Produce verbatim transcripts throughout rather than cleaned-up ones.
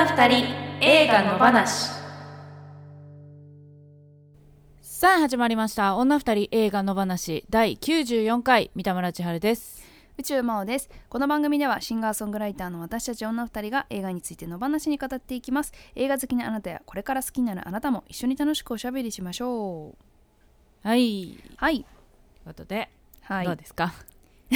女二人映画の話。 さあ始まりました、女二人映画の話だいきゅうじゅうよんかい、三田村千春です。 宇宙魔王です。この番組ではシンガーソングライターの私たち女二人が映画についての話に語っていきます。映画好きなあなたやこれから好きになるあなたも一緒に楽しくおしゃべりしましょう。 はいはいということで、 はい、 どうですか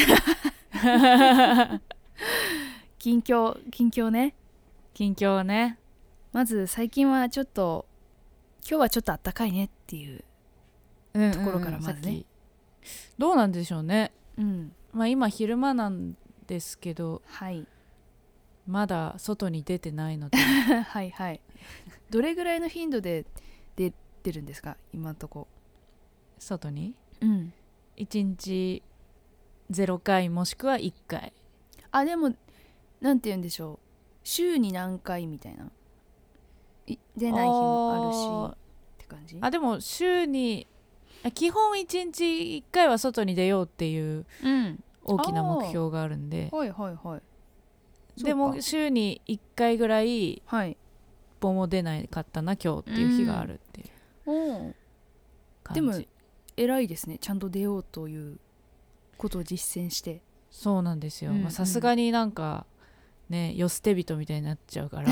近況近況ね。 近況ね。 まず最近はちょっと今日はちょっとあったかいねっていうところからまずね、 うんうんうん、どうなんでしょうね。 うんまあ今昼間なんですけど、 はいまだ外に出てないのではいはいどれぐらいの頻度で出てるんですか今のとこ。 外にうんいちにちゼロかいもしくはいっかい。 あでもなんて言うんでしょう、週に何回みたいない出ない日もあるしって感じ。 あでも週に基本いちにちいっかいは外に出ようっていううん大きな目標があるんで、 はいはいはいでも週にいっかいぐらい一はい歩も出なかったな今日っていう日があるっていうお感じ。 でも偉いですね、ちゃんと出ようということを実践して。 そうなんですよ。 うんうんさすがになんかね世捨て人みたいになっちゃうから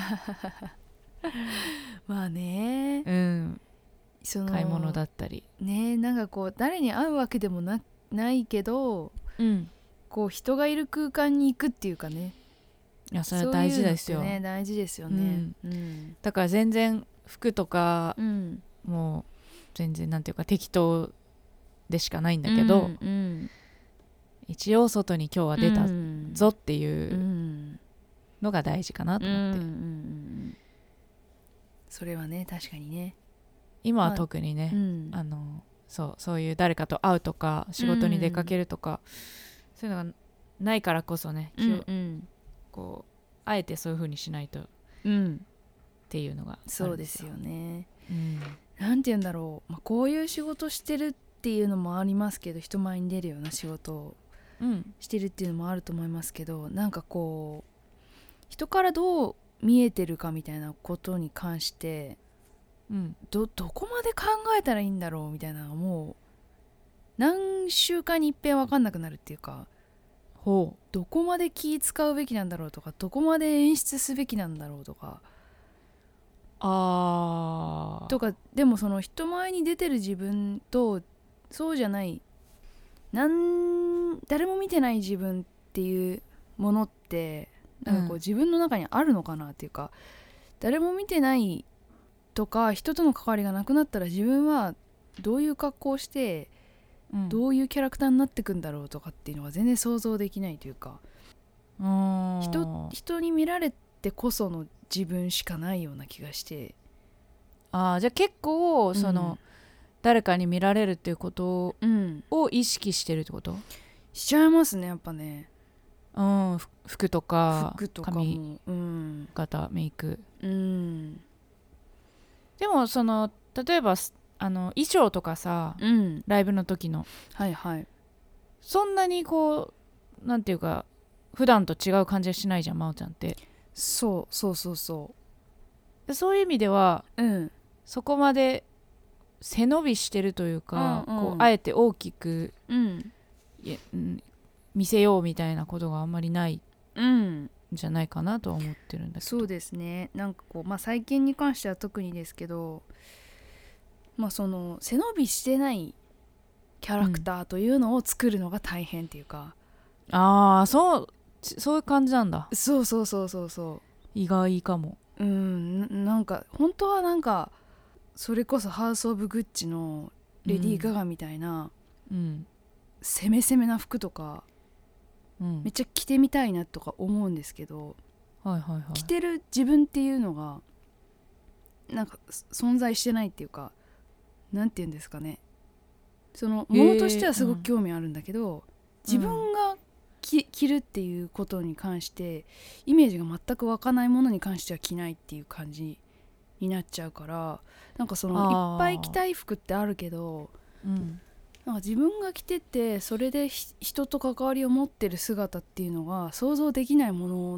まあね、 うんその買い物だったりね、なんかこう誰に会うわけでも な, ないけどうんこう人がいる空間に行くっていうかね、 いやそれは大事ですよ。 そういうのってね大事ですよね。 うんうんだから全然服とかうんもう全然なんていうか適当でしかないんだけど、 うんうん一応外に今日は出たうんぞっていううんのが大事かなと思って、 うんうんうんうんそれはね確かにね。 今は特にね、 うんあのそうそういう誰かと会うとか仕事に出かけるとか、そういうのがないからこそね、 うんうんこうあえてそういう風にしないとっうんていうのがあるんそうですよね。 うんなんて言うんだろう、まあ、こういう仕事してるっていうのもありますけど、人前に出るような仕事をうんしてるっていうのもあると思いますけど、なんかこう人からどう見えてるかみたいなことに関してうんど, どこまで考えたらいいんだろうみたいなのがもう何週間に一遍分かんなくなるっていうか、 ほうどこまで気使うべきなんだろうとか、どこまで演出すべきなんだろうとかあーとか、でもその人前に出てる自分とそうじゃないなん誰も見てない自分っていうものってなんかこう、 うん自分の中にあるのかなっていうか、誰も見てないとか人との関わりがなくなったら自分はどういう格好をしてうんどういうキャラクターになってくんだろうとかっていうのが全然想像できないというか、 うーん人人に見られてこその自分しかないような気がして。 あーじゃあ結構その、 うん誰かに見られるっていうことうんを意識してるってこと？ しちゃいますねやっぱね。 うんふ服とか服とか髪もうん型メイク。 うんでもその例えばあの衣装とかさ、 うんライブの時のはいはいそんなにこうなんていうか普段と違う感じはしないじゃん、真央ちゃんって。 そうそうそうそでそういう意味ではううんそこまで背伸びしてるというか、 うんうんこうあえて大きくうんいや、うん、見せようみたいなことがあんまりないうんんじゃないかなとは思ってるんだけど。 そうですね。なんかこうまあ最近に関しては特にですけど、まあその背伸びしてないキャラクターというのを作るのが大変っていうか、 ああそうそういう感じなんだ。 そうそうそうそうそ意外かも。 ううんななんか本当はなんかそれこそハウス・オブ・グッチのレディー・ガガみたいな、 うん攻め攻めな服とかうんめっちゃ着てみたいなとか思うんですけど、 はいはいはい着てる自分っていうのがなんか存在してないっていうか、なんていうんですかね、そのものとしてはすごく興味あるんだけど、 うん自分が着、着るっていうことに関してイメージが全く湧かないものに関しては着ないっていう感じになっちゃうから、なんかそのあーいっぱい着たい服ってあるけど、 うんなんか自分が着ててそれでひ人と関わりを持ってる姿っていうのが想像できないもの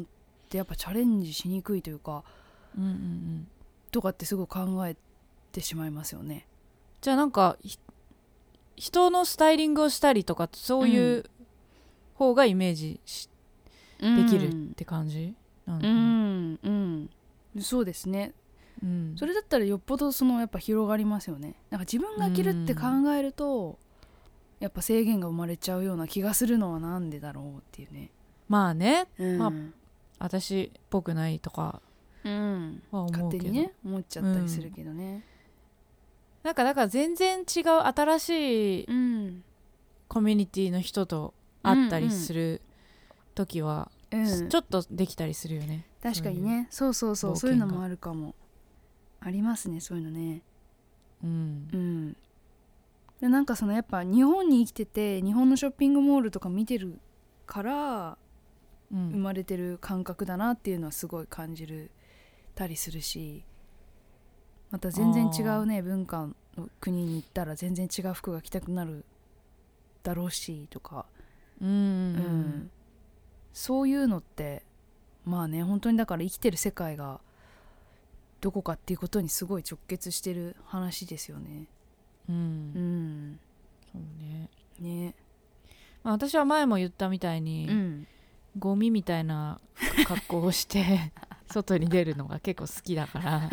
ってやっぱチャレンジしにくいというか、 うんうんうん、 とかってすごい考えてしまいますよね。 じゃあなんか人のスタイリングをしたりとかそういう方がイメージし、うん、できるって感じなのかな。 うんうんそうですね、うん、それだったらよっぽどそのやっぱ広がりますよね。なんか自分が着るって考えると、うん、やっぱ制限が生まれちゃうような気がするのはなんでだろうっていうね。 まあね、うん、まあ私っぽくないとかは思うけど、うん、 勝手にね思っちゃったりするけどね、うん、 なんかだから全然違う新しいコミュニティの人と会ったりする時は、うんうん、ちょっとできたりするよね。 確かにね、そうそうそう、そういうのもあるかも。ありますね、そういうのね。うんうんでなんかそのやっぱ日本に生きてて日本のショッピングモールとか見てるから生まれてる感覚だなっていうのはすごい感じるたりするし、また全然違うね文化の国に行ったら全然違う服が着たくなるだろうしとか、うん、うん、そういうのってまあね本当にだから生きてる世界がどこかっていうことにすごい直結してる話ですよね。うん、うん、 そうね。 ね、 まあ、私は前も言ったみたいに、うん、ゴミみたいな格好をして外に出るのが結構好きだから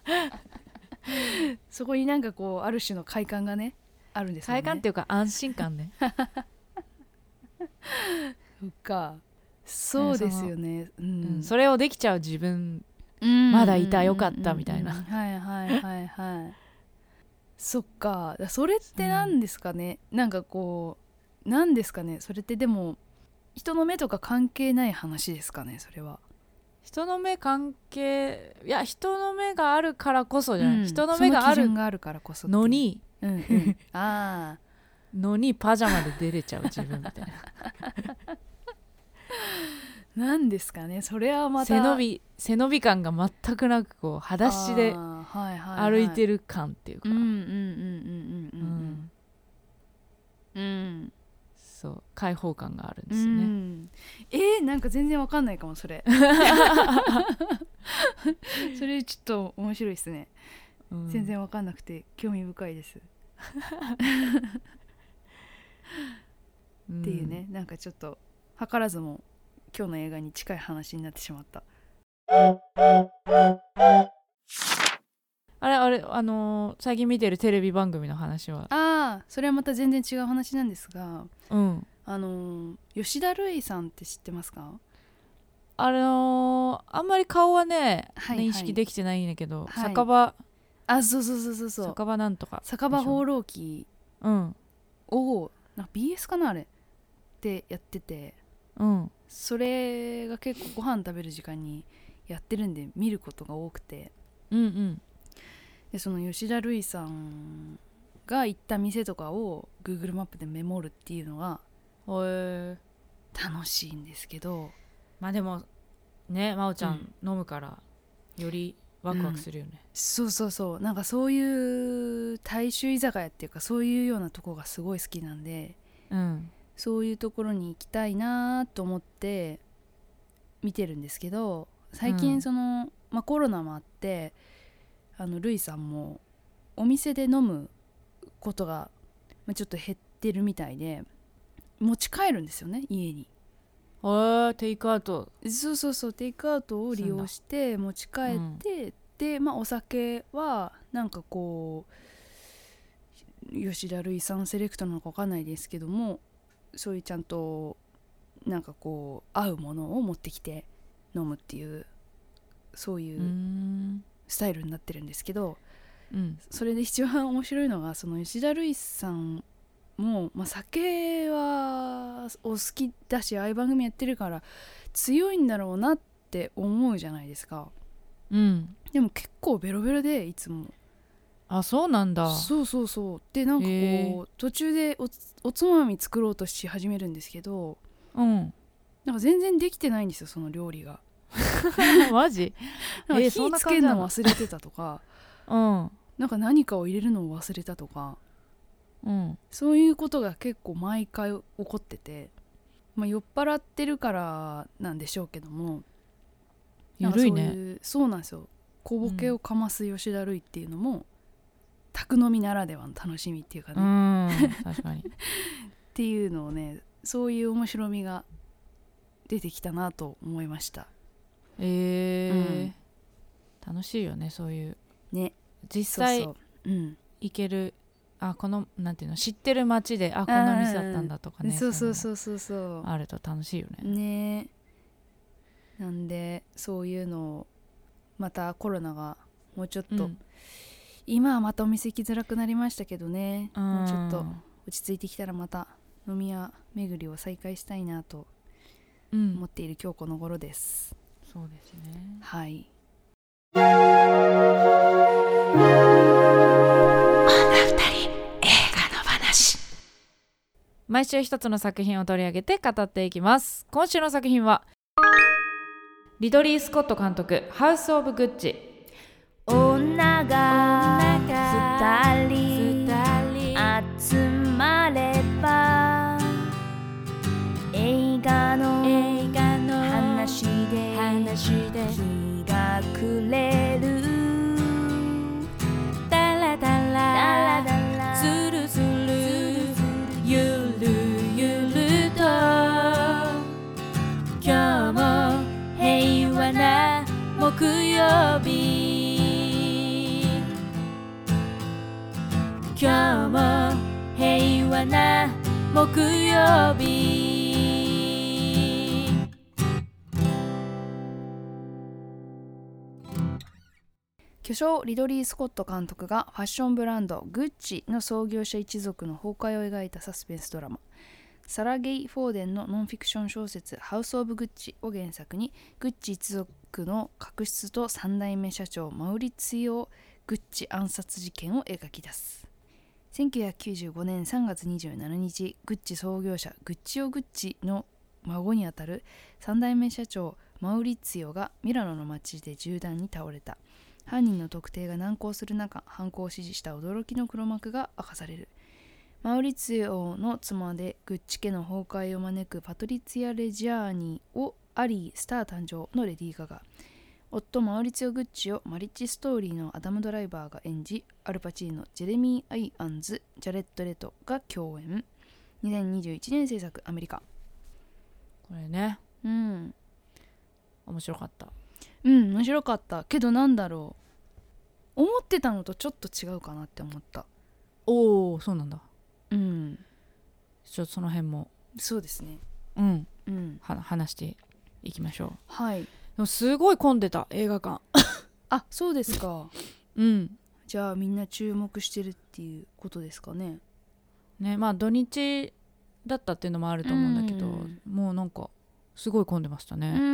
そこになんかこうある種の快感がねあるんですよね。 快感っていうか安心感ねそっかそうですよね、 うんうん、それをできちゃう自分、うん、まだいたよかったみたいな、 はいはいはいはいそっかそれって何ですかね、うん、なんかこう何ですかねそれって。でも人の目とか関係ない話ですかねそれは。 人の目関係いや人の目があるからこそじゃない、うん、人の目があるその基準があるからこそのに、 うんうん、あのにパジャマで出れちゃう自分みたいななんですかねそれはまた背伸び背伸び感が全くなくこう裸足で歩いてる感っていうか、うんうんうんうんうんうんうんそう開放感があるんですよね、うん、 えー、なんか全然わかんないかもそれそれちょっと面白いですね、うん、全然わかんなくて興味深いですっていうね、なんかちょっと図らずも今日の映画に近い話になってしまった。 あれあれあのー、最近見てるテレビ番組の話は。 ああそれはまた全然違う話なんですが、 うん、 あのー、吉田類さんって知ってますか？ あのー、あんまり顔はね、はいはい、認識できてないんだけど、はい、酒場あそうそうそうそうそう酒場なんとか酒場放浪記を、うん、なんか ビーエス かなあれってやってて、うん、それが結構ご飯食べる時間にやってるんで見ることが多くて、うんうん、でその吉田類さんが行った店とかを Google マップでメモるっていうのが楽しいんですけど、 まあでもね真央ちゃん飲むからよりワクワクするよね、うん、 そうそうそうなんかそういう大衆居酒屋っていうかそういうようなとこがすごい好きなんで、うん、そういうところに行きたいなと思って見てるんですけど最近その、うんまあ、コロナもあってあのルイさんもお店で飲むことが、まあ、ちょっと減ってるみたいで持ち帰るんですよね家に。 へーテイクアウトそうそうそうテイクアウトを利用して持ち帰って、うん、でまあお酒はなんかこう吉田類さんセレクトなのか分かんないですけどもそういうちゃんとなんかこう合うものを持ってきて飲むっていうそういうスタイルになってるんですけど、うん、それで一番面白いのがその吉田類さんも、まあ、酒はお好きだしああいう番組やってるから強いんだろうなって思うじゃないですか、うん、でも結構ベロベロでいつも。 あそうなんだ。 そうそうそうでなんかこう、えー、途中で お, おつまみ作ろうとし始めるんですけど、うん、なんか全然できてないんですよその料理がマジなんか火つけるの忘れてたとか、うん、なんか何かを入れるのを忘れたとか、うん、そういうことが結構毎回起こってて、まあ、酔っ払ってるからなんでしょうけどもゆるいね。 そういうそうなんですよ。小ボケをかます吉田類っていうのも、うん、宅飲みならではの楽しみっていうかね、 うん確かにっていうのをね、そういう面白みが出てきたなと思いました。 えーうん、楽しいよねそういうね。実際そうそう、うん、行ける、あこのなんていうの知ってる街であこの店だったんだとかね、 そうそうそうそうそうあると楽しいよね。 ね。なんでそういうのをまたコロナがもうちょっと、うん、今はまたお店行きづらくなりましたけどね、うん、もうちょっと落ち着いてきたらまた飲み屋巡りを再開したいなと思っている今日この頃です、 うん、そうですね。 はい。 毎週一つの作品を取り上げて語っていきます。今週の作品はリドリー・スコット監督ハウス・オブ・グッチ。 女が二人集まれば映画の話で日が暮れる。ダラダラズルズルゆるゆると今日も平和な木曜日、今日も平和な木曜日。 巨匠リドリー・スコット監督がファッションブランドグッチの創業者一族の崩壊を描いたサスペンスドラマ。サラ・ゲイ・フォーデンのノンフィクション小説ハウス・オブ・グッチを原作に、グッチ一族の確執とさん代目社長マウリツィオ・グッチ暗殺事件を描き出す。せんきゅうひゃくきゅうじゅうごねんさんがつにじゅうしちにち、グッチ創業者グッチオ・グッチの孫にあたるさん代目社長マウリツィオがミラノの街で銃弾に倒れた。犯人の特定が難航する中、犯行を指示した驚きの黒幕が明かされる。マウリツィオの妻でグッチ家の崩壊を招くパトリツィア・レジャーニをアリー・スター誕生のレディー・ガガ、夫マウリツィオ・グッチをマリッジストーリーのアダム・ドライバーが演じ、アルパチーノ、ジェレミー・アイアンズ、ジャレット・レトが共演。にせんにじゅういちねん制作、アメリカ。 これね、 うん面白かった。 うん面白かったけど、なんだろう、思ってたのとちょっと違うかなって思った。 おお、そうなんだ。 うん、 ちょっとその辺もそうですね、 うん、 うん、 は話していきましょう。 はい。でもすごい混んでた映画館あ、そうですか。 うんじゃあみんな注目してるっていうことですかね。 ね、まあ土日だったっていうのもあると思うんだけど、うん、もうなんかすごい混んでましたね。うん、うん、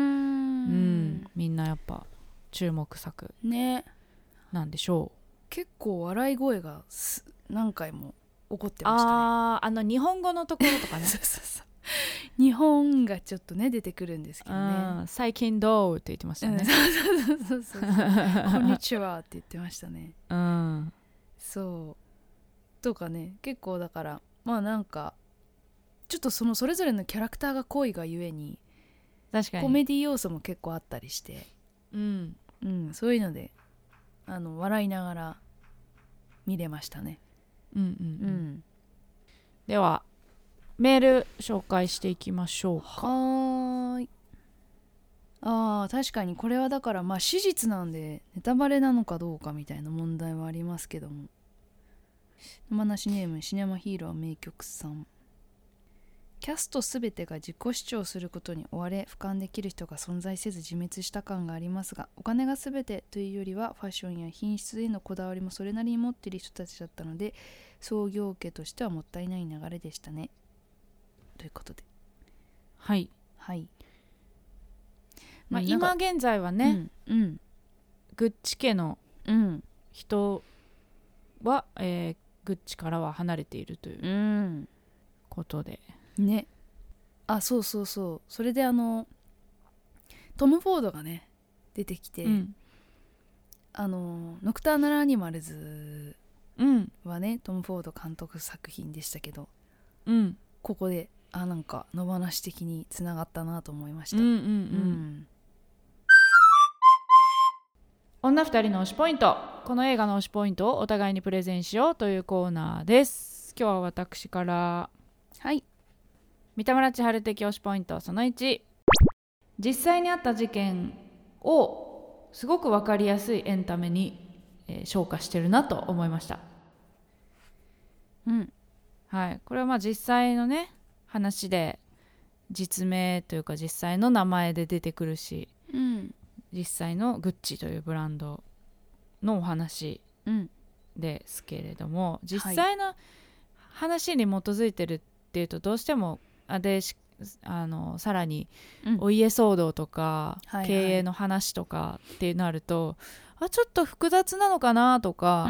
みんなやっぱ注目作ねなんでしょう。 結構笑い声が何回も起こってましたね。 ああ、あの日本語のところとかねそうそうそう、日本がちょっとね出てくるんですけどね。 最近どうって言ってましたね、うん、 そうそうそうそうこんにちはって言ってましたね。 うん、 そうとかね、結構だからまあなんかちょっとそのそれぞれのキャラクターが濃いがゆえに、 確かにコメディ要素も結構あったりして、 うんうん、そういうのであの笑いながら見れましたね。 うんうんうん、ではメール紹介していきましょうか。 はーい。あー確かにこれはだからまあ史実なんでネタバレなのかどうかみたいな問題はありますけども、野放しネームシネマヒーロー名曲さん。キャストすべてが自己主張することに追われ俯瞰できる人が存在せず自滅した感がありますが、お金がすべてというよりはファッションや品質へのこだわりもそれなりに持っている人たちだったので、創業家としてはもったいない流れでしたね、ということで。 はいはい、 まあ、今現在はね、 うんうん、 グッチ家の人は、えー、グッチからは離れているということで、 うん、ね。あ、そうそうそう、それであのトム・フォードがね出てきて、うん、あのノクターナル・アニマルズはね、うん、トム・フォード監督作品でしたけど、うん、ここであなんか野放し的につながったなと思いました。うんうんうん、うん、 女二人の推しポイント。この映画の推しポイントをお互いにプレゼンしようというコーナーです。今日は私から。 はい。 三田村千春的推しポイントそのいち、実際にあった事件をすごく分かりやすいエンタメに、えー、昇華してるなと思いました。 うん、 はい、これはまあ実際のね話で、実名というか実際の名前で出てくるし、 うん、 実際のグッチというブランドのお話ですけれども、うん、実際の話に基づいてるっていうとどうしてもあであのさらにお家騒動とか、うん、経営の話とかってなると、はいはい、あちょっと複雑なのかなとか、うん、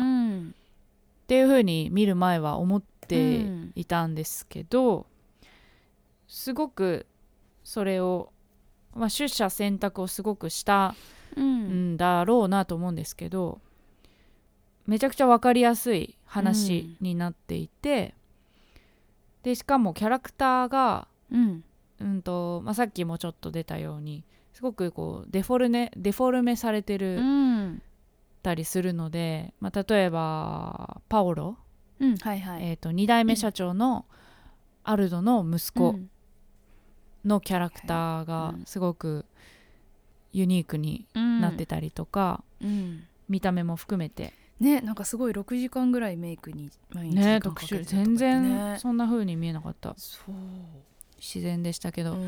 っていう風に見る前は思っていたんですけど、うん、すごくそれを、まあ、取捨選択をすごくしたんだろうなと思うんですけど、めちゃくちゃ分かりやすい話になっていて、うん、でしかもキャラクターが、うんうんとまあ、さっきもちょっと出たようにすごくこうデフォルメ、デフォルメされてる、うん、たりするので、まあ、例えばパオロ、 うんはいはいえーと、に代目社長のアルドの息子のキャラクターがすごくユニークになってたりとか、うんうん、見た目も含めてね、なんかすごいろくじかんぐらいメイクに毎日時間かけてたとかってね、全然そんな風に見えなかった。そう自然でしたけど、うん、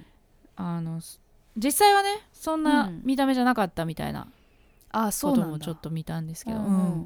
あの実際はねそんな見た目じゃなかったみたいなこともちょっと見たんですけど、うん、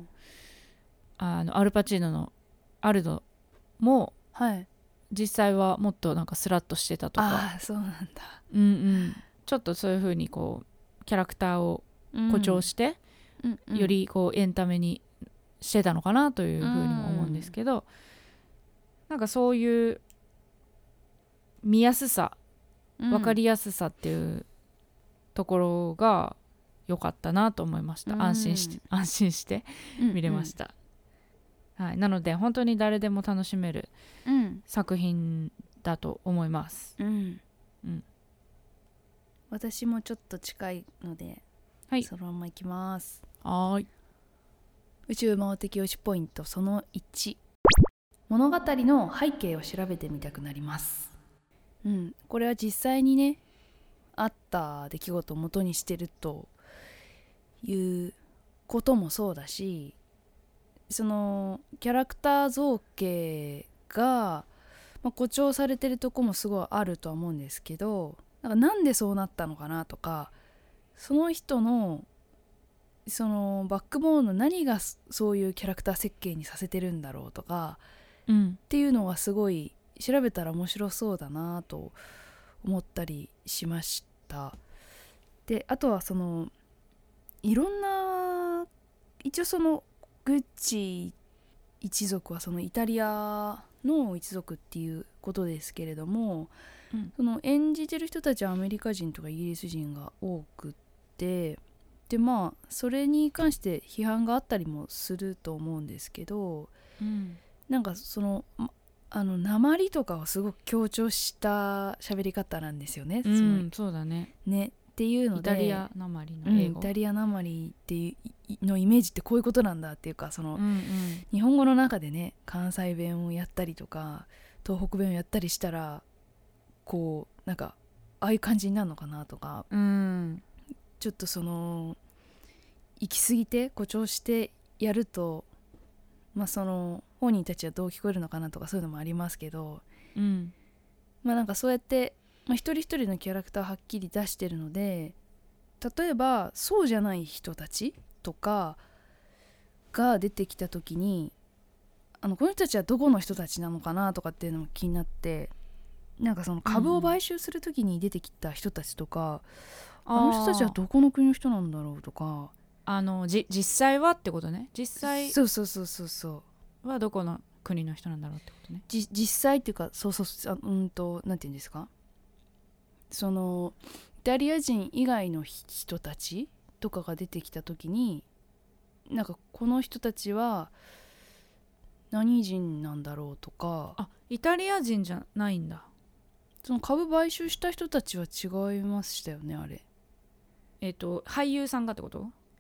あのアルパチーノのアルドも、はい、実際はもっとなんかスラッとしてたとか、 あそうなんだ、 うんうん、ちょっとそういう風にこうキャラクターを誇張して、うんうん、よりこうエンタメにしてたのかなという風にも思うんですけど、うん、なんかそういう見やすさ、うん、分かりやすさっていうところが良かったなと思いました、うん、安心して安心して見れました、うんうん、はい、なので本当に誰でも楽しめる作品だと思います、うんうん、私もちょっと近いので、はい、そのままいきます。 はい。 宇宙魔王的推しポイントそのいち、物語の背景を調べてみたくなります。うん、これは実際にねあった出来事を元にしてるということもそうだし、そのキャラクター造形が、まあ、誇張されてるとこもすごいあるとは思うんですけど、なんかなんでそうなったのかなとか、その人のそのバックボーンの何がそういうキャラクター設計にさせてるんだろうとか、うん、っていうのがすごい調べたら面白そうだなと思ったりしました。であとはそのいろんな一応そのグッチ一族はそのイタリアの一族っていうことですけれども、うん、その演じてる人たちはアメリカ人とかイギリス人が多くって、でまあそれに関して批判があったりもすると思うんですけど、うん、なんかそのあの訛りとかをすごく強調した喋り方なんですよね、 うん、そうだねねっていうので、 イタリア訛りの英語、 うん、イタリア訛りっていうのイメージってこういうことなんだっていうか、その、うんうん、日本語の中でね関西弁をやったりとか東北弁をやったりしたらこうなんかああいう感じになるのかなとか、うん、ちょっとその行き過ぎて誇張してやると、まあその本人たちはどう聞こえるのかなとかそういうのもありますけど、うん、まあなんかそうやって、まあ、一人一人のキャラクターはっきり出してるので、例えばそうじゃない人たちとかが出てきた時に、あのこの人たちはどこの人たちなのかなとかっていうのも気になって、なんかその株を買収する時に出てきた人たちとか、うん、あの人たちはどこの国の人なんだろうとか、 あのじ実際はってことね、実際そうそうそうそうそうはどこの国の人なんだろうってことね。 じ実際っていうか、そうそううんとなんていうんですか、そのイタリア人以外の人たちとかが出てきた時に、なんかこの人たちは何人なんだろうとか。 あ、イタリア人じゃないんだ。 その株買収した人たちは違いましたよね、あれ。 えっと俳優さんがってこと？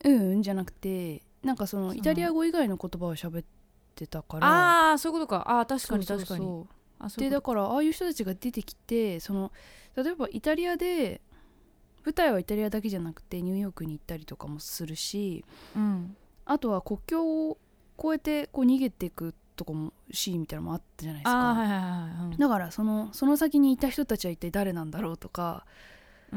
うんじゃなくてなんかそのイタリア語以外の言葉を喋ってたからああそういうことかあ確かに確かにそうそうそうあそういでだうことからああいう人たちが出てきてその例えばイタリアで舞台はイタリアだけじゃなくてニューヨークに行ったりとかもするし、 うん、 あとは国境を越えてこう逃げていくとかもシーンみたいなのもあったじゃないですか。 あはいはいはい、うん、 だからそのその先にいた人たちは一体誰なんだろうとか、 うん、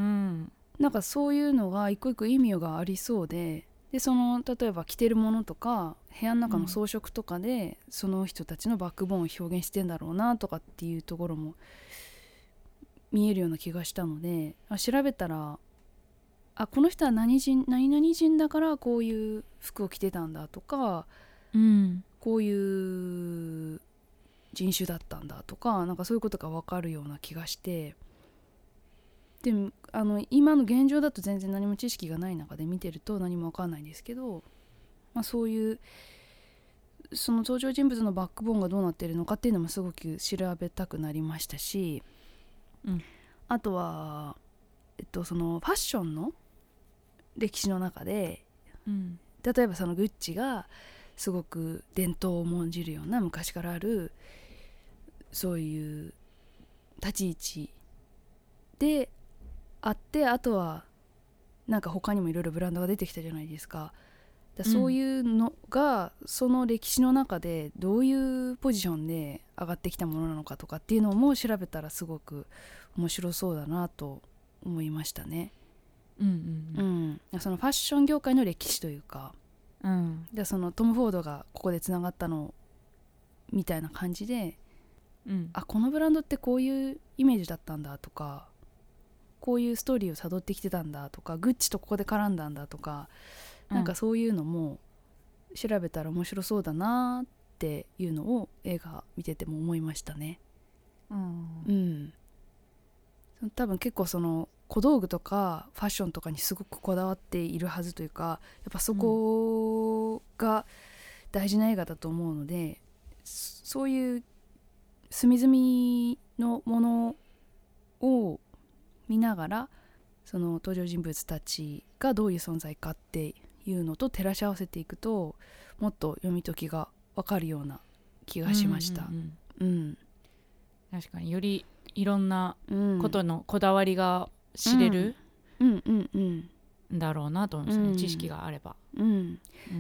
なんかそういうのが一個一個意味がありそうで、でその例えば着てるものとか部屋の中の装飾とかで、うん、その人たちのバックボーンを表現してんだろうなとかっていうところも見えるような気がしたので、あ調べたらあこの人は何人何々人だからこういう服を着てたんだとか、 うん、 こういう人種だったんだとか、なんかそういうことが分かるような気がして、でもあの今の現状だと全然何も知識がない中で見てると何も分かんないんですけど、まあ、そういうその登場人物のバックボーンがどうなってるのかっていうのもすごく調べたくなりましたし、 うん、 あとは、えっと、そのファッションの歴史の中で、 うん、 例えばそのグッチがすごく伝統を重んじるような昔からあるそういう立ち位置であって、あとはなんか他にもいろいろブランドが出てきたじゃないですか。だそういうのがその歴史の中でどういうポジションで上がってきたものなのかとかっていうのも調べたらすごく面白そうだなと思いましたね。 うんうんうんうん、そのファッション業界の歴史というか、 うん、 でそのトム・フォードがここでつながったのみたいな感じで、 うん、 あこのブランドってこういうイメージだったんだとか、こういうストーリーを辿ってきてたんだとか、グッチとここで絡んだんだとか、なんかそういうのも調べたら面白そうだなっていうのを映画見てても思いましたね。 うん、 うん、多分結構その小道具とかファッションとかにすごくこだわっているはずというか、やっぱそこが大事な映画だと思うので、うん、そういう隅々のものを見ながらその登場人物たちがどういう存在かっていうのと照らし合わせていくと、もっと読み解きが分かるような気がしました。うんうんうん、 確かによりいろんなことのこだわりが知れるんだろうなと思いますね、うん、知識があれば、 うんうん、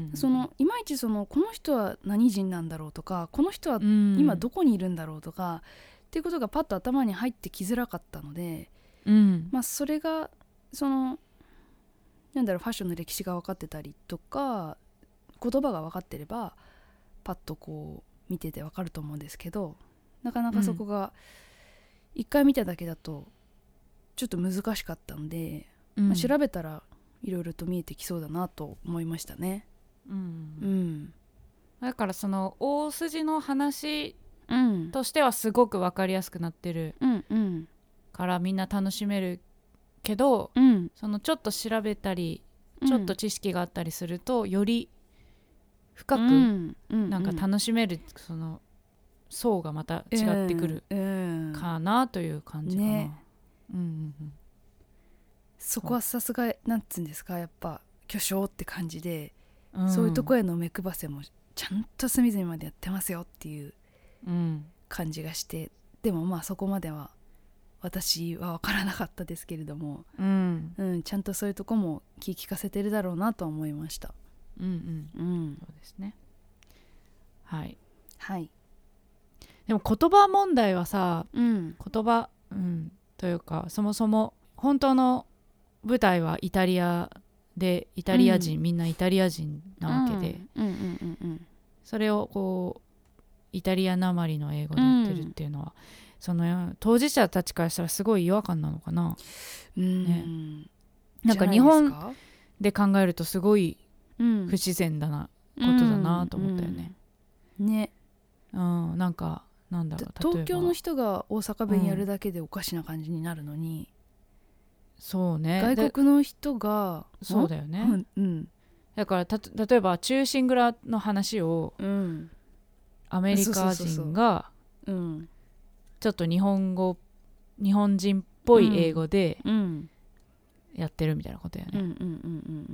そのいまいちそのこの人は何人なんだろうとか、この人は今どこにいるんだろうとか、うん、っていうことがパッと頭に入ってきづらかったので、うんまあ、それがそのなんだろうファッションの歴史が分かってたりとか言葉が分かってればパッとこう見てて分かると思うんですけど、なかなかそこが一回見ただけだとちょっと難しかったので、うんまあ、調べたらいろいろと見えてきそうだなと思いましたね、うんうん、 だからその大筋の話としてはすごく分かりやすくなってるからみんな楽しめるけど、うん、そのちょっと調べたりちょっと知識があったりすると、うん、より深くなんか楽しめるその層がまた違ってくるかなという感じかな、ねうんうんうん、 そこはさすがなんつうんですか、やっぱ巨匠って感じで、うん、そういうとこへの目配せもちゃんと隅々までやってますよっていう感じがして、でもまあそこまでは私は分からなかったですけれども、うんうん、ちゃんとそういうとこも気利かせてるだろうなと思いました。 うんうん、うん、そうですね。はいはい。 でも言葉問題はさ、 うん、 言葉、うん、というかそもそも本当の舞台はイタリアでイタリア人、うん、みんなイタリア人なわけで、それをこうイタリアなまりの英語でやってるっていうのは、うん、その当事者たちからしたらすごい違和感なのかな、 うんね、なんか日本で考えるとすごい不自然だなことだなと思ったよね、 うんうん、ね、 うん、なんかなんだろう、 東京の人が大阪弁やるだけでおかしな感じになるのに、 うん、そうね、 外国の人がそうだよね、うん、だからた例えば忠臣蔵の話を、うん、アメリカ人がちょっと日本語日本人っぽい英語でやってるみたいなことやね、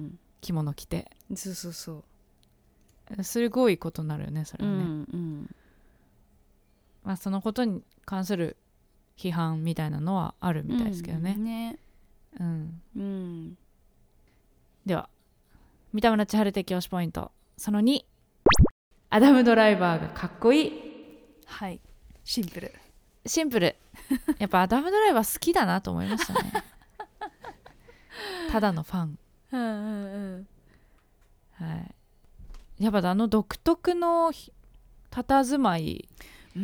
着物着て、 そうそうそうすごいことになるよねそれはね、 うんうんまあ、そのことに関する批判みたいなのはあるみたいですけどね、 うんねうんうん、 では三田村千春的推しポイントそのに、アダムドライバーがかっこいい。 はい、シンプルシンプル。やっぱアダムドライバー好きだなと思いましたね。ただのファン。 うんうんうんはい。やっぱあの独特の佇まい、 うん、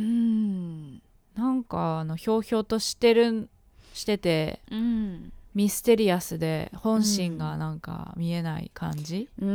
なんかあのひょうひょうとしてるしてて、 うん、 ミステリアスで本心がなんか見えない感じ、 うん、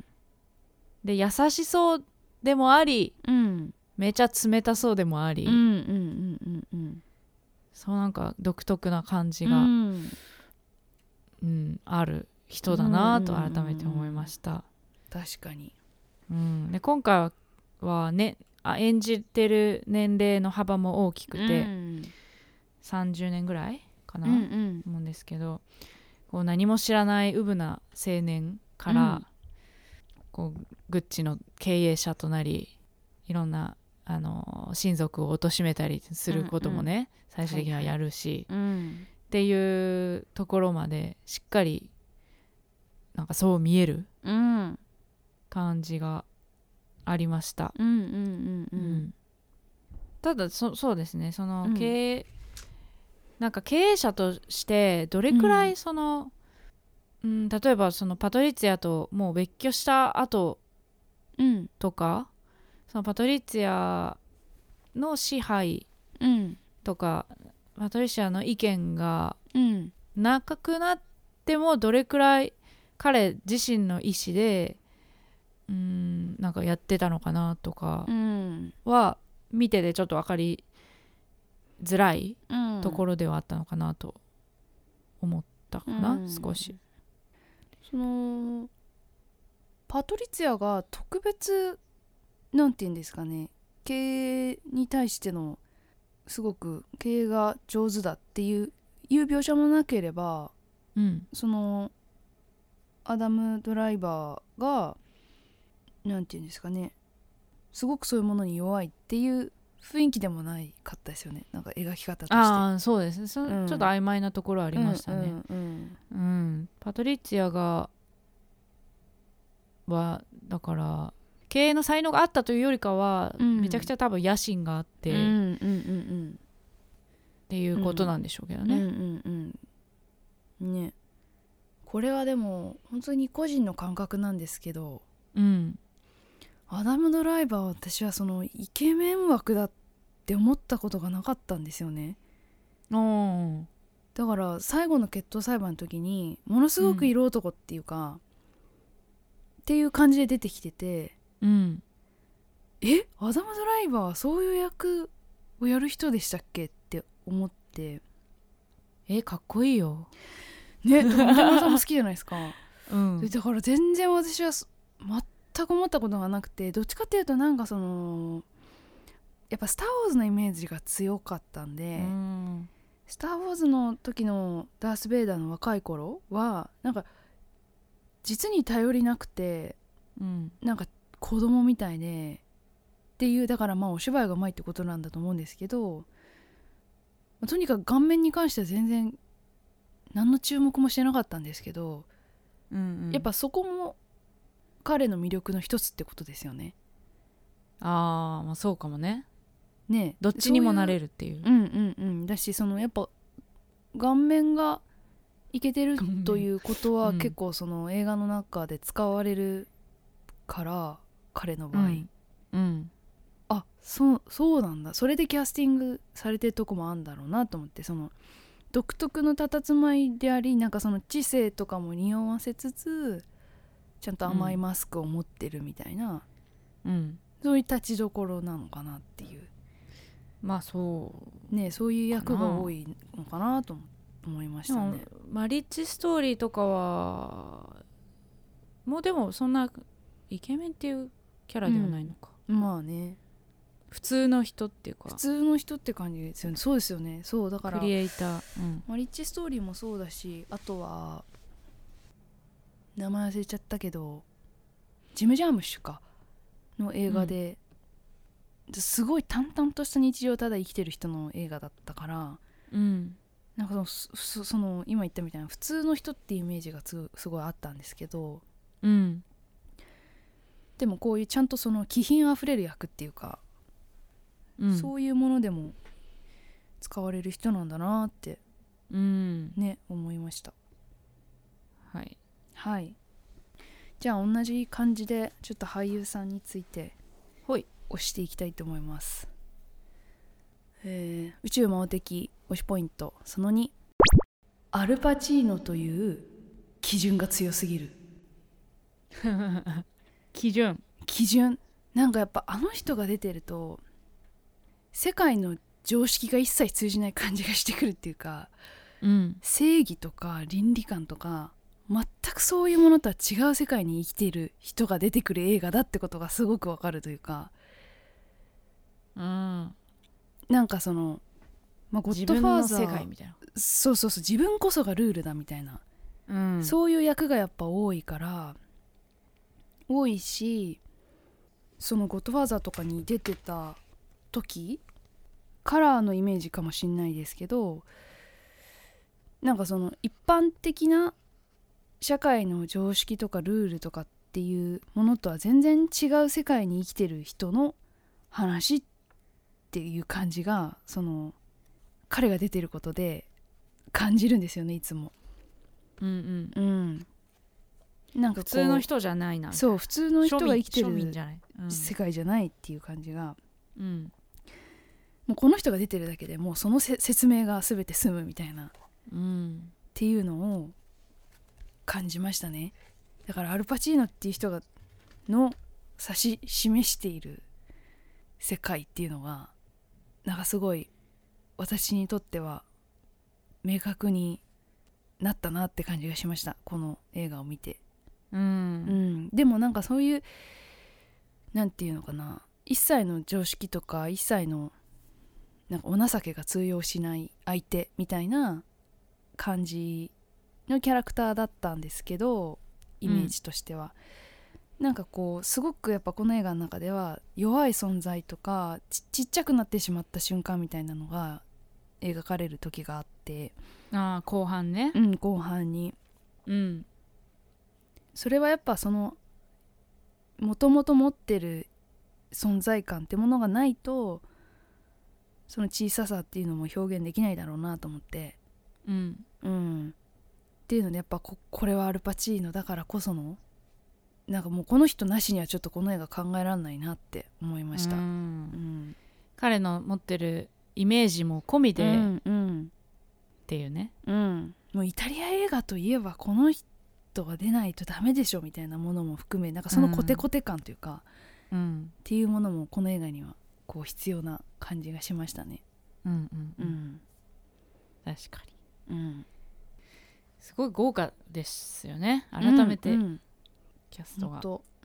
で優しそうでもあり、 うん、 めちゃ冷たそうでもあり、 うんうんうんうんうんそうなんか独特な感じが、 うんうん、ある人だなと改めて思いました。 確かに、 うん、で今回はね、あ演じてる年齢の幅も大きくて、 うん、 さんじゅうねんぐらいかな、 うんうん思うんですけど、こう何も知らないウブな青年から、うん、こうグッチの経営者となり、いろんなあの親族を貶めたりすることもね、うんうん、最終的にはやるし、はいはい、うん、っていうところまでしっかりなんかそう見える感じがありました。 うんうんうんうん、うん、 ただ そ, そうですね、その経営、うん、なんか経営者としてどれくらいその、うんうん、例えばそのパトリツィアともう別居した後とか、うん、そのパトリツィアの支配とか、うん、パトリシアの意見がなくなってもどれくらい彼自身の意思でうーんなんかやってたのかなとかは見ててちょっと分かりづらいところではあったのかなと思ったかな、うん、少し。 そのパトリツィアが特別なんて言うんですかね、経営に対してのすごく経営が上手だっていういう描写もなければ、うん、そのアダム・ドライバーがなんて言うんですかね、すごくそういうものに弱いっていう雰囲気でもないかったですよね、なんか描き方として。 ああそうですね、そ、うん、ちょっと曖昧なところありましたね、うんうんうんうん、パトリッツィアがはだから経営の才能があったというよりかは、うん、めちゃくちゃ多分野心があって、うんうんうんうん、っていうことなんでしょうけどね、うんうんうん、ね、これはでも本当に個人の感覚なんですけど、 うん、 アダム・ドライバーは私はそのイケメン枠だって思ったことがなかったんですよね。 おだから最後の決闘裁判の時にものすごく色男っていうか、うん、っていう感じで出てきてて、 うん、 えアダム・ドライバーはそういう役をやる人でしたっけって思って、 えかっこいいよね、三田村さんも好きじゃないですか、 うん、 だから全然私は全く思ったことがなくて、どっちかっていうとなんかそのやっぱスター・ウォーズのイメージが強かったんで、うん、スター・ウォーズの時のダース・ベイダーの若い頃はなんか実に頼りなくて、うん、なんか子供みたいでっていう、だからまあお芝居がうまいってことなんだと思うんですけど、とにかく顔面に関しては全然何の注目もしてなかったんですけど、うんうん、やっぱそこも彼の魅力の一つってことですよね。 あー、まあそうかもね。 ね、 どっちにもなれるっていう。 うんうんうん。だしそのやっぱ顔面がいけてるということは結構その映画の中で使われるから、うん、彼の場合、うんうん、あ、そうそうなんだ、それでキャスティングされてるとこもあるんだろうなと思って、その独特の佇まいであり、なんかその知性とかも匂わせつつちゃんと甘いマスクを持ってるみたいな、うん、そういう立ちどころなのかなっていう、 まあそうね、そういう役が多いのかなと思いましたね。 マリッジストーリーとかはもうでもそんなイケメンっていうキャラではないのか、 うん、まあね、 普通の人っていうか普通の人って感じですよね。そうですよね。そうだからクリエイター、うん、 マリッジストーリーもそうだし、あとは名前忘れちゃったけどジム・ジャームッシュかの映画で、うん、すごい淡々とした日常をただ生きてる人の映画だったから、 うん、 なんかその、そ、その今言ったみたいな普通の人っていうイメージがす、すごいあったんですけど、 うん、 でもこういうちゃんとその気品あふれる役っていうか、うん、そういうものでも使われる人なんだなって、 うん、 ね思いました。 はいはい。じゃあ同じ感じでちょっと俳優さんについて押していきたいと思います。えー、宇宙魔王的推しポイントそのに、アルパチーノという基準が強すぎる。 基準基準なんかやっぱあの人が出てると世界の常識が一切通じない感じがしてくるっていうか、 うん、 正義とか倫理観とか全くそういうものとは違う世界に生きている人が出てくる映画だってことがすごくわかるというか、 うん、 なんかその、まあ、ゴッドファーザー、 自分の世界みたいな、 そうそうそう、自分こそがルールだみたいな、 うん、 そういう役がやっぱ多いから多いし、そのゴッドファーザーとかに出てた時カラーのイメージかもしんないですけど、なんかその一般的な社会の常識とかルールとかっていうものとは全然違う世界に生きてる人の話っていう感じが、その彼が出てることで感じるんですよね、いつも。 うんうん、なんかこう普通の人じゃないな、 そう普通の人が生きてるじゃない、うん、 世界じゃないっていう感じが、 うん、 もうこの人が出てるだけでもうそのせ説明が全て済むみたいな、 うん、 っていうのを感じましたね。だからアルパチーノっていう人がの指し示している世界っていうのがなんかすごい私にとっては明確になったなって感じがしました、この映画を見て。 うん、うん、 でもなんかそういうなんていうのかな、一切の常識とか一切のなんかお情けが通用しない相手みたいな感じのキャラクターだったんですけど、イメージとしては、うん、なんかこうすごくやっぱこの映画の中では弱い存在とか ち, ちっちゃくなってしまった瞬間みたいなのが描かれる時があって、 あ後半ね、 うん、後半に、 うん、 それはやっぱそのもともと持ってる存在感ってものがないとその小ささっていうのも表現できないだろうなと思って、 うん、 うん、っていうのでやっぱ こ, これはアルパチーノだからこそのなんかもうこの人なしにはちょっとこの映画考えられないなって思いました。うん、うん、 彼の持ってるイメージも込みで、 うんうん、 っていうね、 うん、もうイタリア映画といえばこの人が出ないとダメでしょみたいなものも含め、なんかそのコテコテ感というか、 うん、 っていうものもこの映画にはこう必要な感じがしましたね。 うんうんうん、うん、確かに、うん、 すごい豪華ですよね、改めて、うんうん、キャストが、 うん、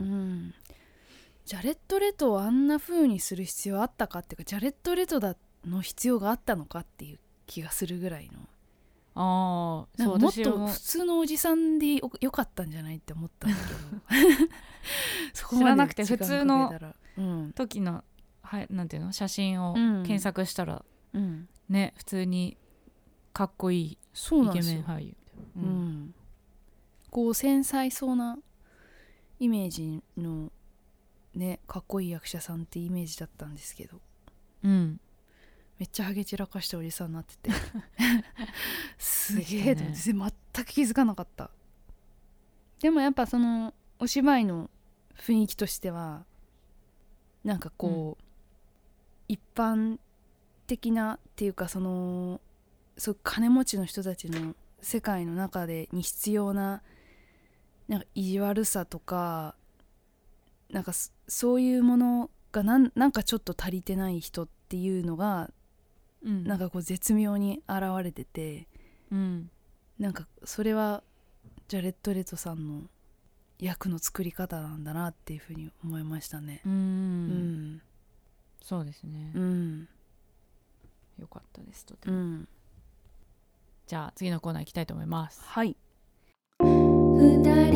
ジャレット・レトをあんな風にする必要あったかっていうか、ジャレット・レトだの必要があったのかっていう気がするぐらいの、 ああ、 そう、もっと普通のおじさんで よ, よかったんじゃないって思ったんだけどそこまで知らなくて普通の時の、 うん、 はい、なんていうの、写真を検索したら、うん、ね、普通にかっこいいイケメン俳優、 うんうん、こう繊細そうなイメージのね、かっこいい役者さんってイメージだったんですけど、 うん、 めっちゃハゲ散らかしたおじさんになっててすげえと思って、ね、全く気づかなかった。でもやっぱそのお芝居の雰囲気としてはなんかこう、うん、一般的なっていうか、そのそう金持ちの人たちの世界の中でに必要ななんか意地悪さとか、なんかそういうものがなん、なんかちょっと足りてない人っていうのが、うん、なんかこう絶妙に現れてて、 うん、 なんかそれはジャレット・レトさんの役の作り方なんだなっていうふうに思いましたね。 うん、うんうんそうですね、 うん、 よかったですとても、 うん、 じゃあ次のコーナー行きたいと思います。 はい。 二人の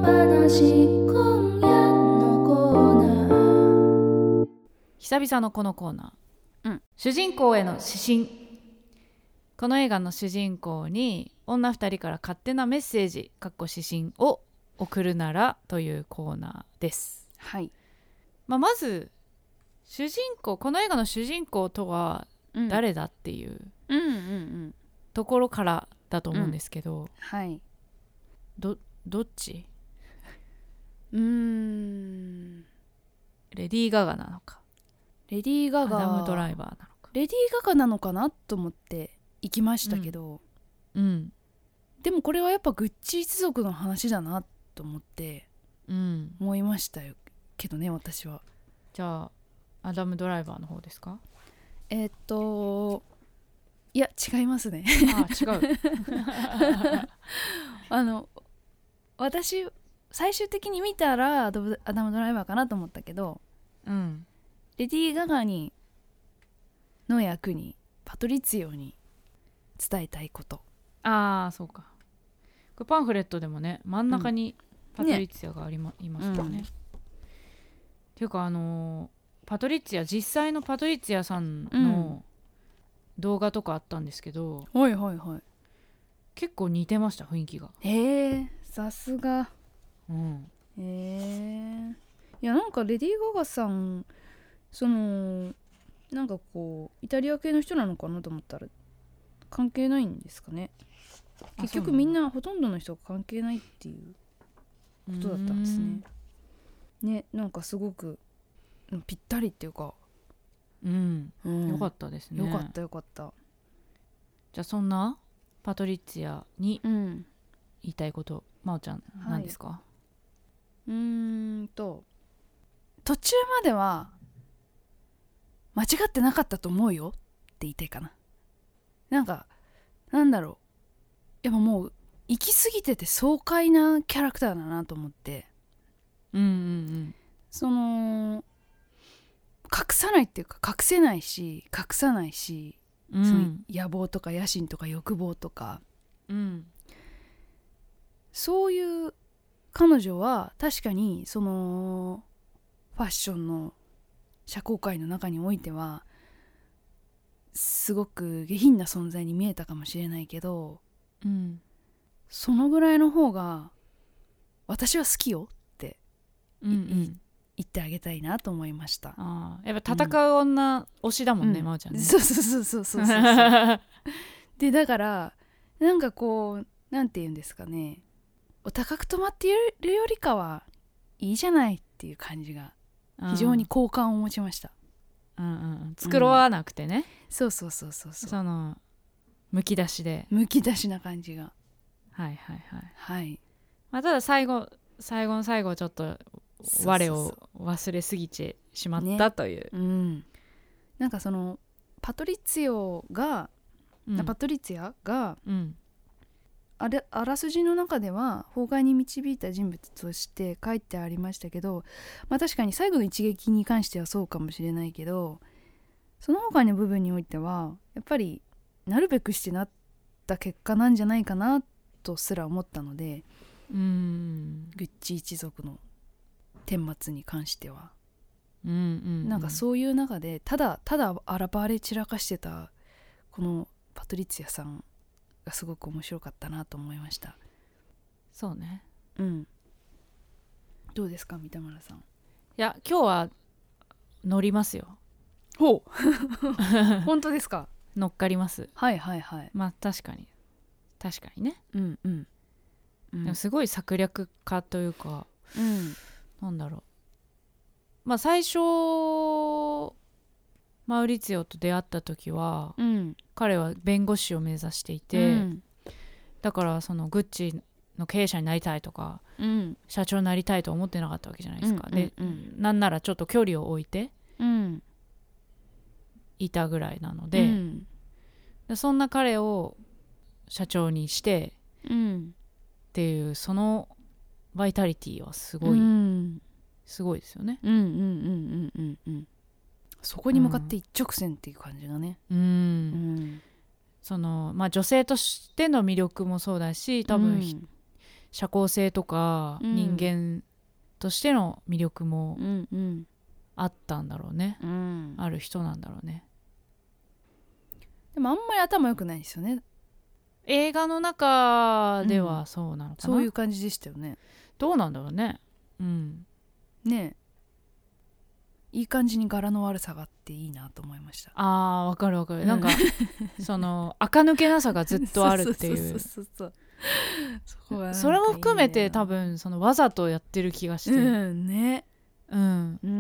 話今夜のコーナー。 久々のこのコーナー、 うん、 主人公への指針。この映画の主人公に女ふたりから勝手なメッセージ（指針）を送るならというコーナーです。 はい。 まあ、まず主人公この映画の主人公とは誰だっていうところからだと思うんですけど、 うん、はい。 どどっち？ うーん。 レディー・ガガなのか、 レディー・ガガ、 アダム・ドライバーなのか。 レディー・ガガなのかなと思って行きましたけど、 うん、うん、 でもこれはやっぱグッチ一族の話だなと思って思いましたよけどね、私は。 じゃあアダム・ドライバーの方ですか？ えー、っといや違いますね。 あ違うあの私最終的に見たらアダム・ドライバーかなと思ったけど、 うん、 レディー・ガガにの役にパトリツィオに伝えたいこと。 ああそうか。これパンフレットでもね真ん中にパトリツィアがあり、まね、いましたよね、うん、っていうかあのー、パトリツィア実際のパトリツィアさんの動画とかあったんですけど、 うん、はいはいはい、 結構似てました、雰囲気が。 へえ、さすが。 うん、 へえ。いやなんかレディー・ガガさんそのなんかこうイタリア系の人なのかなと思ったら関係ないんですかね。結局みんなほとんどの人が関係ないっていうことだったんですね。ね、なんかすごくぴったりっていうか、 うん、うん、よかったですね。 よかったよかった。 じゃあそんなパトリツィアに言いたいこと、うん、まおちゃん何ですか？はい、 うーんと途中までは間違ってなかったと思うよって言いたいかな。なんかなんだろう、やっぱもう行き過ぎてて爽快なキャラクターだなと思って、 うんうんうん、 その隠さないっていうか隠せないし隠さないし、うん、その野望とか野心とか欲望とか、 うん、 そういう彼女は確かにそのファッションの社交界の中においてはすごく下品な存在に見えたかもしれないけど、 うん、 そのぐらいの方が私は好きよって、 うんうん、 言ってあげたいなと思いました。 あ、やっぱ戦う女推しだもんね、うん、まおちゃんね。 そうそうそうそうそうそうでだからなんかこうなんて言うんですかね、お高く止まっているよりかはいいじゃないっていう感じが非常に好感を持ちました。 うんうん、繕わなくてね、 うん、そうそうそうそうそう、 そのむき出しでむき出しな感じが、 はいはいはい、 はい、 まあ、ただ最後最後の最後ちょっと我を忘れすぎてしまった、ね、という、 うん、なんかそのパトリツィオが、うん、パトリツィアが、うん、あれあらすじの中では崩壊に導いた人物として書いてありましたけど、まあ、確かに最後の一撃に関してはそうかもしれないけど、その他の部分においてはやっぱりなるべくしてなった結果なんじゃないかなとすら思ったので、 うーん、 グッチ一族の顛末に関しては、 うんうんうん、 なんかそういう中でただただ荒ばれ散らかしてたこのパトリツィアさんがすごく面白かったなと思いました。 そうね、 うん、どうですか三田村さん。いや今日は乗りますよ。 ほう本当ですか？ 乗っかります。 はいはいはい、 まあ確かに確かにね、 うんうんうん、 でもすごい策略家というか、 うん、 なんだろう、まあ最初マウリツィオと出会った時は、うん、彼は弁護士を目指していて、うん、だからそのグッチの経営者になりたいとか、うん、社長になりたいとは思ってなかったわけじゃないですか、うんうんうん、でなんならちょっと距離を置いていたぐらいなので、うん、でそんな彼を社長にして、うん、っていうそのバイタリティはすごい、うん、すごいですよね。 うんうんうんうんうんうん、そこに向かって一直線っていう感じがね、 うんうん、そのまあ女性としての魅力もそうだし、多分、うん、 社交性とか人間としての魅力もあったんだろうね、うん、ある人なんだろうね。 でもあんまり頭良くないですよね。 映画の中ではそうなのかな、うん、 そういう感じでしたよね。 どうなんだろうね。うんねえ、いい感じに柄の悪さがあっていいなと思いました。 あーわかるわかる、うん、なんかその垢抜けなさがずっとあるっていうそれも含めて多分そのわざとやってる気がして、 うんね、 うん、うん、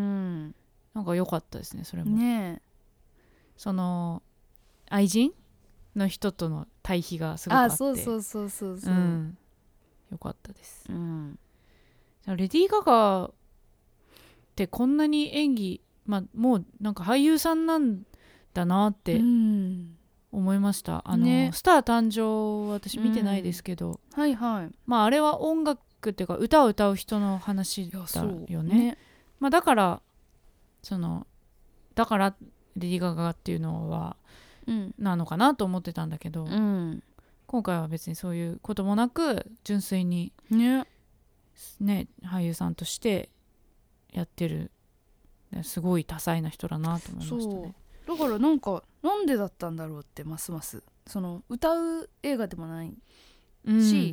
なんか良かったですねそれもね。その愛人の人との対比がすごくあって、あそうそうそうそうそう、 うん、良かったです、うん、レディー・ガガってこんなに演技、まあ、もうなんか俳優さんなんだなって思いました、うん、あの、ね、スター誕生私見てないですけど、 うん、はいはい、 まああれは音楽っていうか歌を歌う人の話だよね。ね、まあ、だからそのだからレディー・ガガっていうのは、うん、なのかなと思ってたんだけど、うん、今回は別にそういうこともなく純粋にね、ね俳優さんとしてやってる、すごい多彩な人だなと思いましたね。 だからなんかなんでだったんだろうってますますその歌う映画でもないし、うん、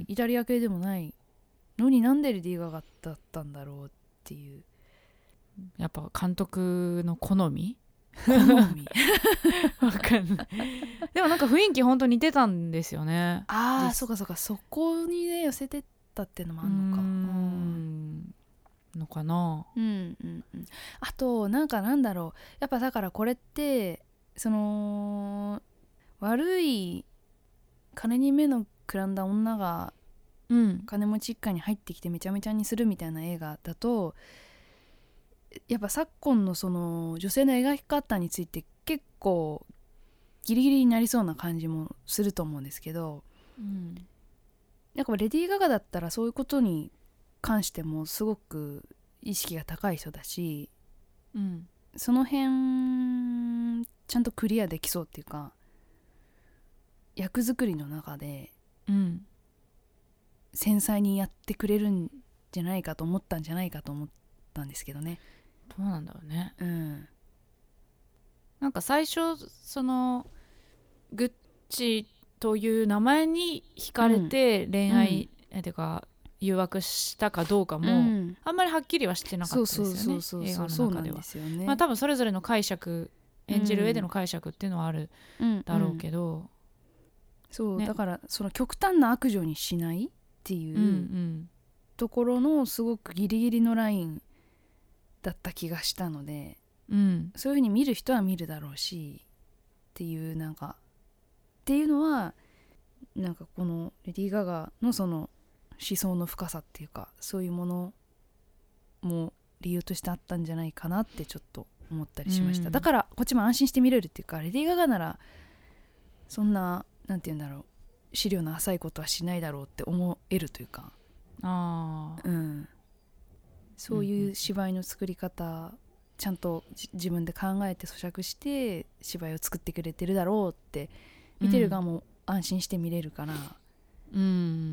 イタリア系でもないのになんでレディー・ガガだったんだろうっていう、 やっぱ監督の好み好みわかんないでもなんか雰囲気ほんと似てたんですよね。 ああそうかそうか、そこにね寄せてったっていうのもあるのか、うーんのかな、 うんうんうん、あとなんかなんだろう、やっぱだからこれってその悪い金に目のくらんだ女が金持ち一家に入ってきてめちゃめちゃにするみたいな映画だと、やっぱ昨今のその女性の描き方について結構ギリギリになりそうな感じもすると思うんですけど、うん、なんかレディー・ガガだったらそういうことに関してもすごく意識が高い人だし、うん、その辺ちゃんとクリアできそうっていうか、役作りの中で、うん、繊細にやってくれるんじゃないかと思ったんじゃないかと思ったんですけどね。 どうなんだろうね、 うん、 なんか最初そのグッチという名前に惹かれて恋愛、うん、てか誘惑したかどうかも、うん、あんまりはっきりはしてなかったですよね、映画の中では。まあ多分それぞれの解釈、演じる上での解釈っていうのはあるだろうけど、うんうん、 そう、ね、だからその極端な悪女にしないっていうところのすごくギリギリのラインだった気がしたので、うん、そういう風に見る人は見るだろうしっていう、なんかっていうのはなんかこのレディー・ガガのその思想の深さっていうか、そういうものも理由としてあったんじゃないかなってちょっと思ったりしました、うん、だからこっちも安心して見れるっていうか、レディー・ガガならそんななんて言うんだろう、資料の浅いことはしないだろうって思えるというか、 あ、 うん、そういう芝居の作り方、うん、ちゃんと自分で考えて咀嚼して芝居を作ってくれてるだろうって見てる側も安心して見れるから、うん、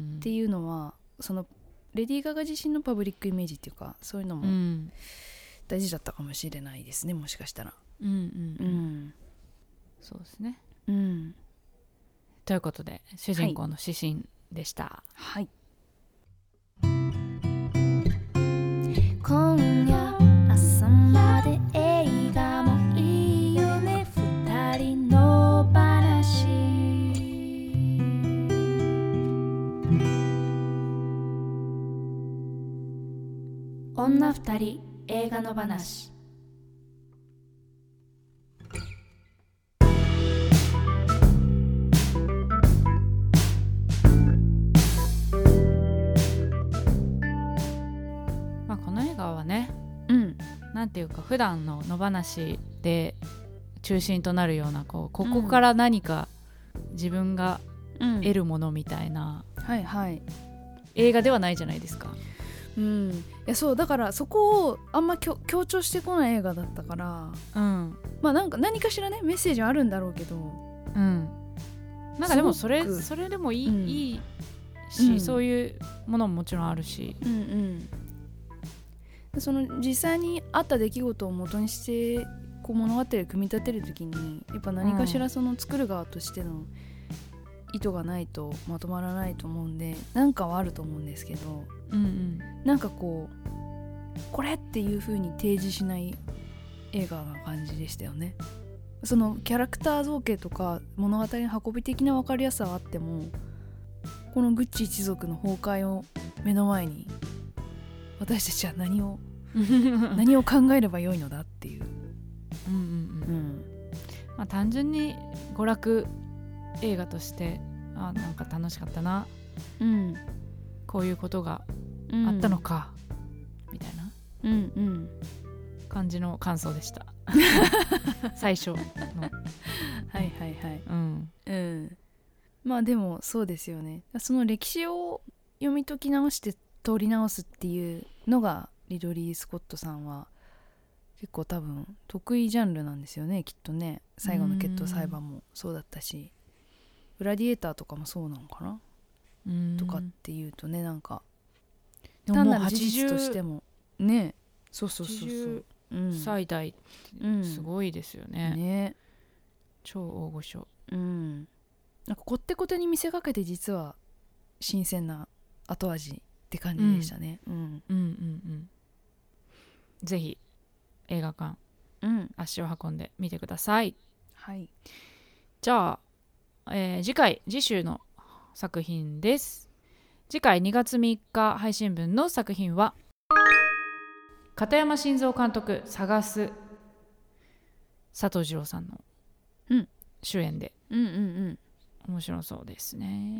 っていうのはそのレディー・ガガ自身のパブリックイメージっていうか、そういうのも大事だったかもしれないですね、もしかしたら。 うんうんうん、そうですね、 うん、 ということで主人公の指針でした。 はい、 今夜朝まで映画もいいよね、二人の話。女二人映画の話。 なんていうか普段の野放しで中心となるようなこうここから何か自分が得るものみたいな、 うん、はいはい、 映画ではないじゃないですか。 うん、いやそうだからそこをあんま強調してこない映画だったから、うん、まあなんか何かしらねメッセージはあるんだろうけど、 うん、なんかでもそれそれでもいい、うん、いいし、 うん、 そういうものももちろんあるし、 うんうん、その実際にあった出来事を元にしてこう物語を組み立てるときにやっぱ何かしらその作る側としての意図がないとまとまらないと思うんで、なんかはあると思うんですけど、 うんうん、 なんかこうこれっていう風に提示しない映画な感じでしたよね。そのキャラクター造形とか物語の運び的な分かりやすさはあっても、このグッチ一族の崩壊を目の前に私たちは何を何を考えればよいのだっていう、 うんうんうん、まあ、単純に娯楽映画としてあなんか楽しかったな、 うん、 こういうことがあったのか、うん、みたいな、 うんうん、 感じの感想でした最初のはいはいはい、 うんうん、まあでもそうですよね。その歴史を読み解き直して通り直すっていうのがリドリー・スコットさんは結構多分得意ジャンルなんですよね、きっとね。最後の決闘裁判もそうだったし、グラディエーターとかもそうなのかな、とかっていうとね、なんか単なる事実としてもね、そうそうそうそう、 うん、最大すごいですよね、うん、ね、超大御所、 うん、なんかこってこてに見せかけて実は新鮮な後味って感じでしたね、うん、うんうんうんうんぜひ映画館、うん、足を運んでみてください。 はい。 じゃあ、えー、次回次週の作品です。次回にがつみっか配信分の作品は片山晋三監督探す、佐藤二朗さんの主演で、 うんうんうん、 面白そうですね、 うん、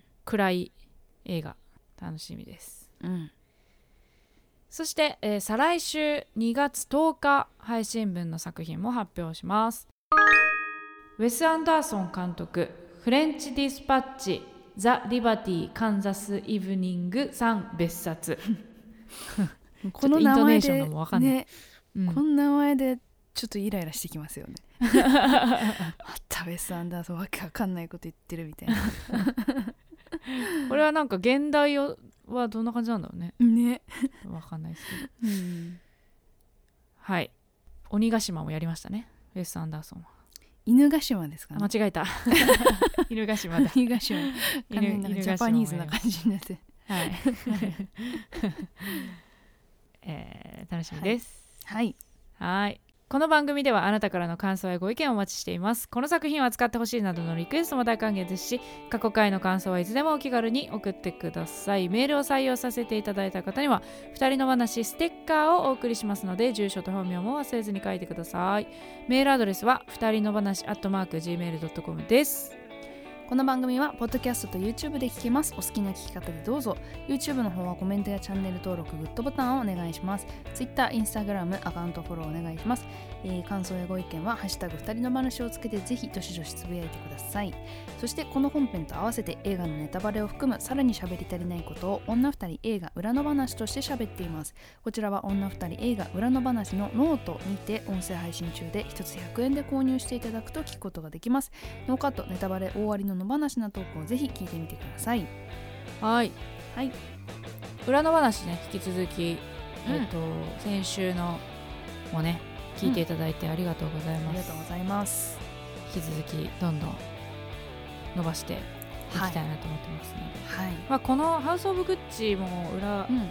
暗い映画楽しみです、 うん、 そして、えー、再来週にがつとおか配信分の作品も発表します。ウェス・アンダーソン監督フレンチ・ディスパッチザ・リバティ・カンザス・イブニングさん別冊この名前で、 ね、 うん、この名前でちょっとイライラしてきますよねまたウェス・アンダーソンわけわかんないこと言ってるみたいなこれはなんか現代はどんな感じなんだろうね。 ね、 わかんないですけど、 うん、 はい。鬼ヶ島もやりましたね、ウェス・アンダーソンは。 犬ヶ島ですかね。 間違えた犬ヶ島だ。 犬ヶ島犬なんかジャパニーズな感じになってはい、えー、楽しみです。 はい、 はい。この番組ではあなたからの感想やご意見をお待ちしています。この作品を扱ってほしいなどのリクエストも大歓迎ですし、過去回の感想はいつでもお気軽に送ってください。メールを採用させていただいた方にはふたりの話ステッカーをお送りしますので、住所と本名も忘れずに書いてください。メールアドレスはふたりの話アットマーク ジーメールドットコム です。 この番組はポッドキャストと YouTube で聞けます。お好きな聞き方でどうぞ。 YouTube の方はコメントやチャンネル登録、グッドボタンをお願いします。 Twitter、Instagram アカウントフォローお願いします。えー、感想やご意見はハッシュタグふたりの話をつけてぜひどしどしつぶやいてください。そしてこの本編と合わせて映画のネタバレを含むさらに喋り足りないことを女ふたり映画裏の話として喋っています。こちらは女ふたり映画裏の話のノートにて音声配信中でひとつひゃくえんで購入していただくと聞くことができます。ノーカットネタバレ大ありの野話なトークをぜひ聞いてみてください。 はい、 はい、 裏の話ね、引き続き、うん、えっと先週のもね聞いていただいてありがとうございます、うん、 ありがとうございます。 引き続きどんどん伸ばしていきたいなと思ってますので、 はい、 まあ、このハウスオブグッチも裏、うん、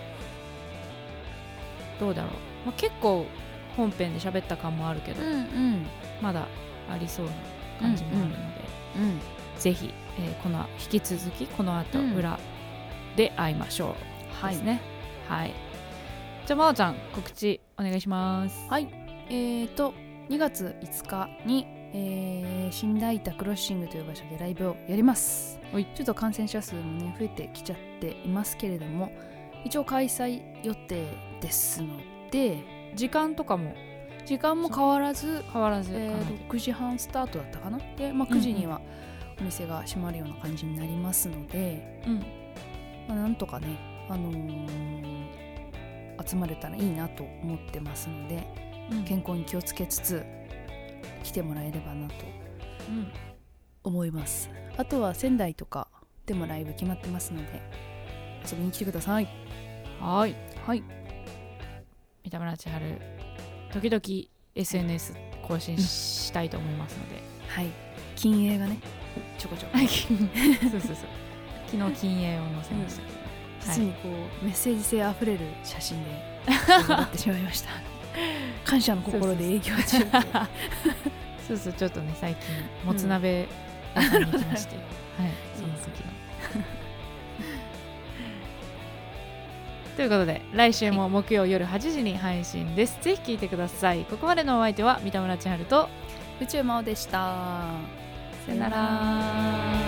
どうだろう、まあ、結構本編で喋った感もあるけど、うんうん、まだありそうな感じもあるので、うんうんうん、ぜひ、えー、この引き続きこの後裏で会いましょうですね、はい、はい、じゃあまおちゃん告知お願いします。 はい、えーとにがついつかに、えー、新大田クロッシングという場所でライブをやります。ちょっと感染者数もね増えてきちゃっていますけれども、一応開催予定ですので、 時間とかも時間も変わらず変わらず、 えー、ろくじはんスタートだったかな。で、まあ、くじにはお店が閉まるような感じになりますので、うん、まあ、なんとかね、あのー、集まれたらいいなと思ってますので、うん、健康に気をつけつつ来てもらえればなと思います、うん、あとは仙台とかってもライブ決まってますので遊びに来てください。 はいはい。 三田村千春時々 エスエヌエス 更新したいと思いますので、 はい、金影がねちょこちょこそうそうそう昨日金影を載せましたけど、 うん、実にこう、はい、メッセージ性あふれる写真でなってしまいました感謝の心で営業中そうそうちょっとね最近もつ鍋屋さんに行きまして、うん、はいその時のということで来週も木曜夜はちじに配信です。ぜひ聞いてください。ここまでのお相手は三田村千春と宇宙魔王でした。 さよなら。